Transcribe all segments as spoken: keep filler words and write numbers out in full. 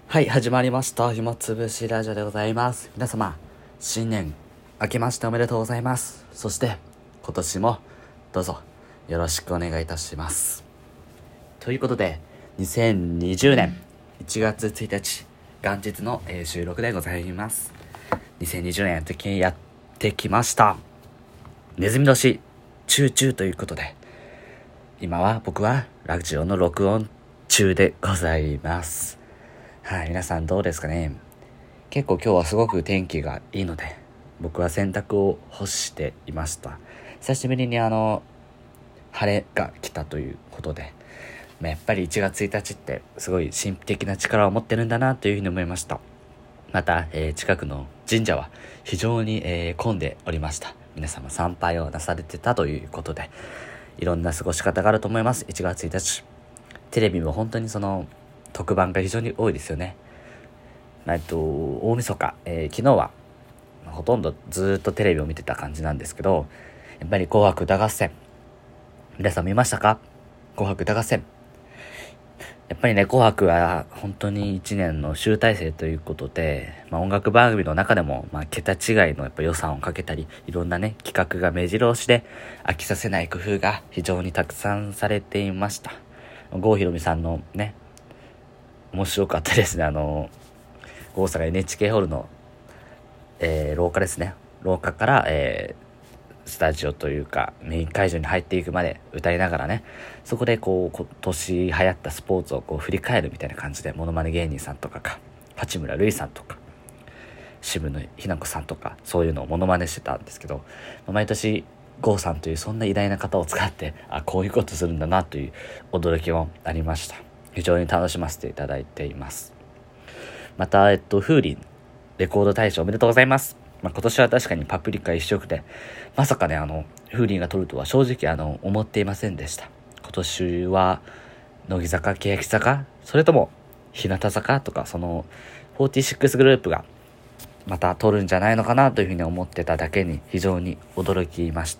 はい、始まりました。暇つぶしラジオでございます。皆様、新年明けましておめでとうございます。そして、今年もどうぞよろしくお願いいたします。ということで、にせんにじゅうねんいちがつついたち、元日の、えー、収録でございます。にせんにじゅうねん的にやってきました。ネズミ年、チューチューということで、今は僕はラジオの録音中でございます。はい、皆さんどうですかね。結構今日はすごく天気がいいので、僕は洗濯を干していました。久しぶりにあの晴れが来たということで、まあ、やっぱりいちがつついたちってすごい神秘的な力を持ってるんだなというふうに思いました。また、えー、近くの神社は非常に、えー、混んでおりました。皆様参拝をなされてたということで、いろんな過ごし方があると思います。いちがつついたち、テレビも本当にその特番が非常に多いですよね。えっと大晦日、えー、昨日はほとんどずっとテレビを見てた感じなんですけど、やっぱり紅白歌合戦、皆さん見ましたか？紅白歌合戦、やっぱりね、紅白は本当にいちねんの集大成ということで、まあ、音楽番組の中でも、まあ、桁違いのやっぱ予算をかけたり、いろんなね企画が目白押しで飽きさせない工夫が非常にたくさんされていました。郷ひろみさんのね、面白かったですね。あの大阪 エヌエイチケー ホールの、えー、廊下ですね。廊下から、えー、スタジオというかメイン会場に入っていくまで歌いながらね、そこでこう今年流行ったスポーツをこう振り返るみたいな感じで、モノマネ芸人さんとかか八村塁さんとか渋野日向子さんとか、そういうのをモノマネしてたんですけど、毎年郷さんというそんな偉大な方を使って、あ、こういうことするんだなという驚きもありました。非常に楽しませていただいています。また、えっと、風鈴レコード大賞おめでとうございます。まあ、今年は確かにパプリカ一色で、まさかね、あの、風鈴が取るとは正直あの、思っていませんでした。今年は、乃木坂、欅坂、それとも、日向坂とか、その、フォーティーシックスグループが、また取るんじゃないのかなというふうに思ってただけに、非常に驚きました。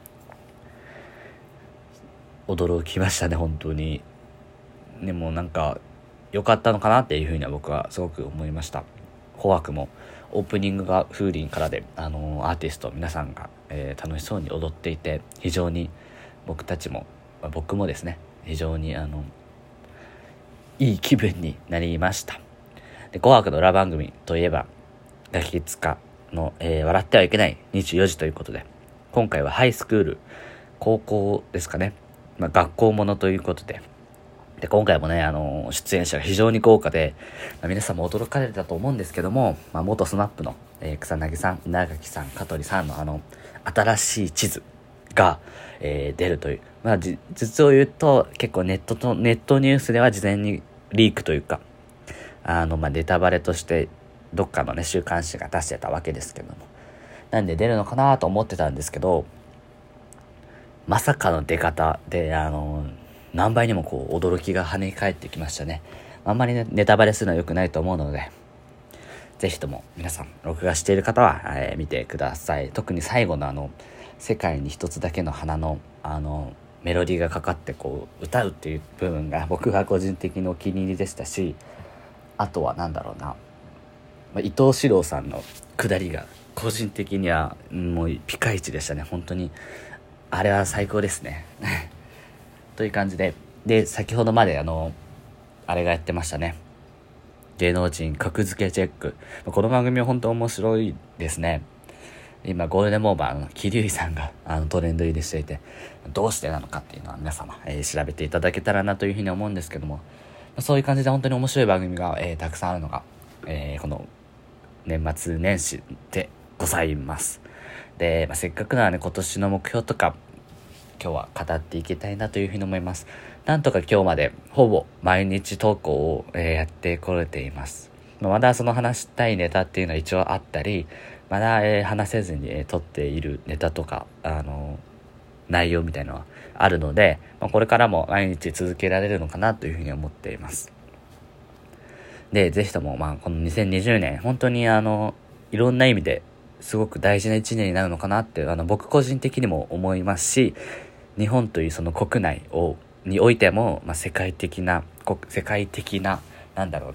驚きましたね、本当に。でもなんか良かったのかなっていうふうには僕はすごく思いました。紅白もオープニングが風鈴からで、あのー、アーティスト皆さんが、えー、楽しそうに踊っていて、非常に僕たちも、まあ、僕もですね、非常にあのいい気分になりました。で、紅白の裏番組といえばガキツカの、えー、笑ってはいけないにじゅうよじということで、今回はハイスクール、高校ですかね、まあ、学校ものということで、で今回もね、あの出演者が非常に豪華で、まあ、皆さんも驚かれたと思うんですけども、まあ、元スナップの、えー、草薙さん、稲垣さん、香取さんのあの新しい地図が、えー、出るという、まあ、じ実を言うと結構ネットとネットニュースでは事前にリークというか、あの、まあ、ネタバレとしてどっかのね週刊誌が出してたわけですけども、なんで出るのかなと思ってたんですけど、まさかの出方で、あの何倍にもこう驚きが跳ね返ってきましたね。あんまりねネタバレするのは良くないと思うので、ぜひとも皆さん録画している方は、えー、見てください。特に最後のあの世界に一つだけの花のあのメロディーがかかってこう歌うっていう部分が僕が個人的にお気に入りでしたし、あとはなんだろうな、まあ、伊藤四郎さんの下りが個人的にはもうピカイチでしたね。本当にあれは最高ですねという感じで、で先ほどまであのあれがやってましたね、芸能人格付けチェック。この番組は本当面白いですね。今ゴールデンモーバーの桐生さんがあのトレンド入りしていて、どうしてなのかっていうのは皆様、えー、調べていただけたらなというふうに思うんですけども、そういう感じで本当に面白い番組が、えー、たくさんあるのが、えー、この年末年始でございます。で、まあ、せっかくならね、今年の目標とか今日は語っていきたいなというふうに思います。なんとか今日までほぼ毎日投稿を、えー、やってこれています。まあ、まだその話したいネタっていうのは一応あったり、まだ、えー、話せずに、えー、撮っているネタとか、あのー、内容みたいなのはあるので、まあ、これからも毎日続けられるのかなというふうに思っています。で、ぜひとも、まあ、このにせんにじゅうねん、本当にあのいろんな意味ですごく大事な一年になるのかなって、あの僕個人的にも思いますし、日本というその国内をにおいても、まあ、世界的な世界的ななんだろうな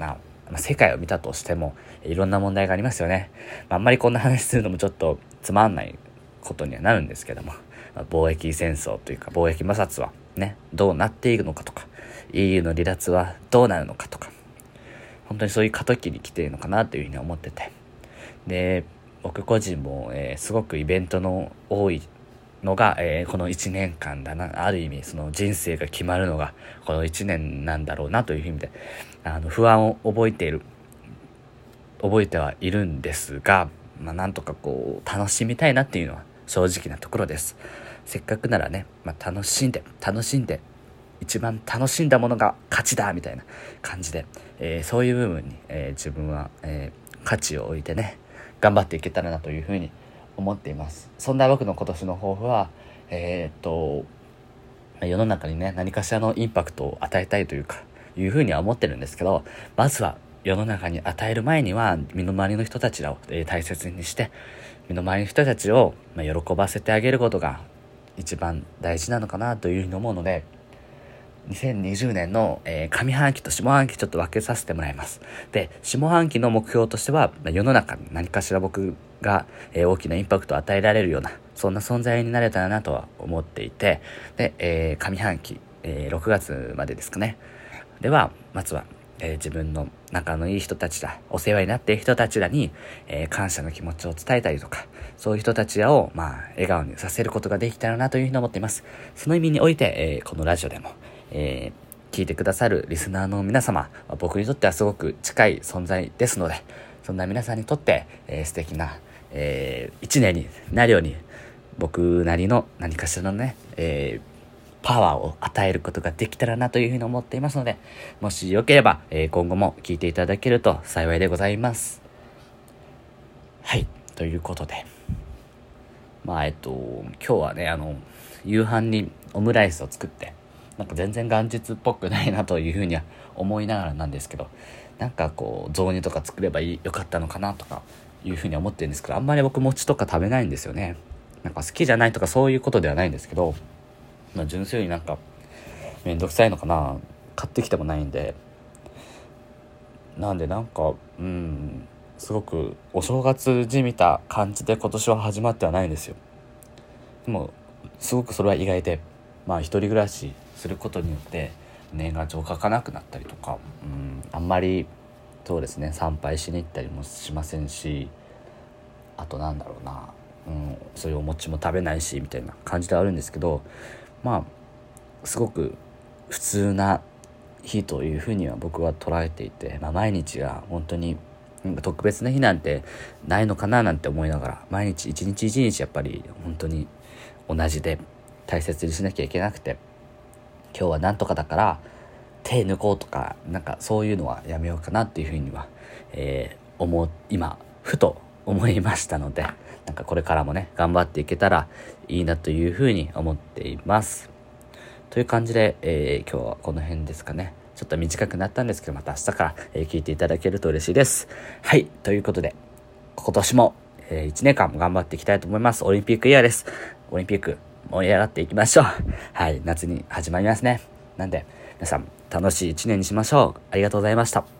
まあ、世界を見たとしてもいろんな問題がありますよね。まあ、あんまりこんな話するのもちょっとつまんないことにはなるんですけども、まあ、貿易戦争というか貿易摩擦はねどうなっていくのかとか、 イーユー の離脱はどうなるのかとか、本当にそういう過渡期に来ているのかなというふうに思ってて、で僕個人も、えー、すごくイベントの多いのが、えー、このいちねんかんだな、ある意味その人生が決まるのがこのいちねんなんだろうなという意味で、あの不安を覚えている覚えてはいるんですが、まあ、なんとかこう楽しみたいなっていうのは正直なところです。せっかくならね、まあ、楽しんで楽しんで一番楽しんだものが勝ちだみたいな感じで、えー、そういう部分に、えー、自分は、えー、価値を置いてね頑張っていけたらなというふうに思っています。そんな僕の今年の抱負は、えー、っと世の中にね何かしらのインパクトを与えたいというかいうふうには思ってるんですけど、まずは世の中に与える前には身の回りの人たちを、えー、大切にして身の回りの人たちを、まあ、喜ばせてあげることが一番大事なのかなというふうに思うので、にせんにじゅうねんの、えー、上半期と下半期ちょっと分けさせてもらいます。で、下半期の目標としては世の中に何かしら僕が、えー、大きなインパクトを与えられるようなそんな存在になれたらなとは思っていて、で、えー、上半期、えー、ろくがつまでですかねではまずは、えー、自分の仲のいい人たちだ、お世話になっている人たちらに、えー、感謝の気持ちを伝えたりとか、そういう人たちらを、まあ、笑顔にさせることができたらなというふうに思っています。その意味において、えー、このラジオでも、えー、聞いてくださるリスナーの皆様、僕にとってはすごく近い存在ですので、そんな皆さんにとって、えー、素敵な、えー、一年になるように僕なりの何かしらのね、えーパワーを与えることができたらなというふうに思っていますので、もしよければ、えー、今後も聞いていただけると幸いでございます。はい、ということで、まあえっと今日はねあの夕飯にオムライスを作って、なんか全然元日っぽくないなというふうには思いながらなんですけど、なんかこう雑煮とか作ればいいよかったのかなとかいうふうに思ってるんですけど、あんまり僕餅とか食べないんですよね。なんか好きじゃないとかそういうことではないんですけど、まあ、純粋になんかめんどくさいのかな、買ってきてもないんで、なんでなんかうんすごくお正月じみた感じで今年は始まってはないんですよ。でもすごくそれは意外で、まあ一人暮らしすることによって年賀状書かなくなったりとか、うんあんまりそうですね参拝しに行ったりもしませんし、あとなんだろうな、うん、そういうお餅も食べないしみたいな感じではあるんですけど、まあすごく普通な日というふうには僕は捉えていて、まあ、毎日が本当に特別な日なんてないのかななんて思いながら、毎日一日一日やっぱり本当に同じで大切にしなきゃいけなくて、今日はなんとかだから手抜こうとかなんかそういうのはやめようかなっていうふうには、えー、思う今ふと思いましたので、なんかこれからもね頑張っていけたらいいなというふうに思っています。という感じで、えー、今日はこの辺ですかね。ちょっと短くなったんですけど、また明日から、えー、聞いていただけると嬉しいです。はい、ということで今年も、えー、いちねんかん頑張っていきたいと思います。オリンピックイヤーです。オリンピック盛り上がっていきましょう。はい、夏に始まりますね。なんで皆さん楽しいいちねんにしましょう。ありがとうございました。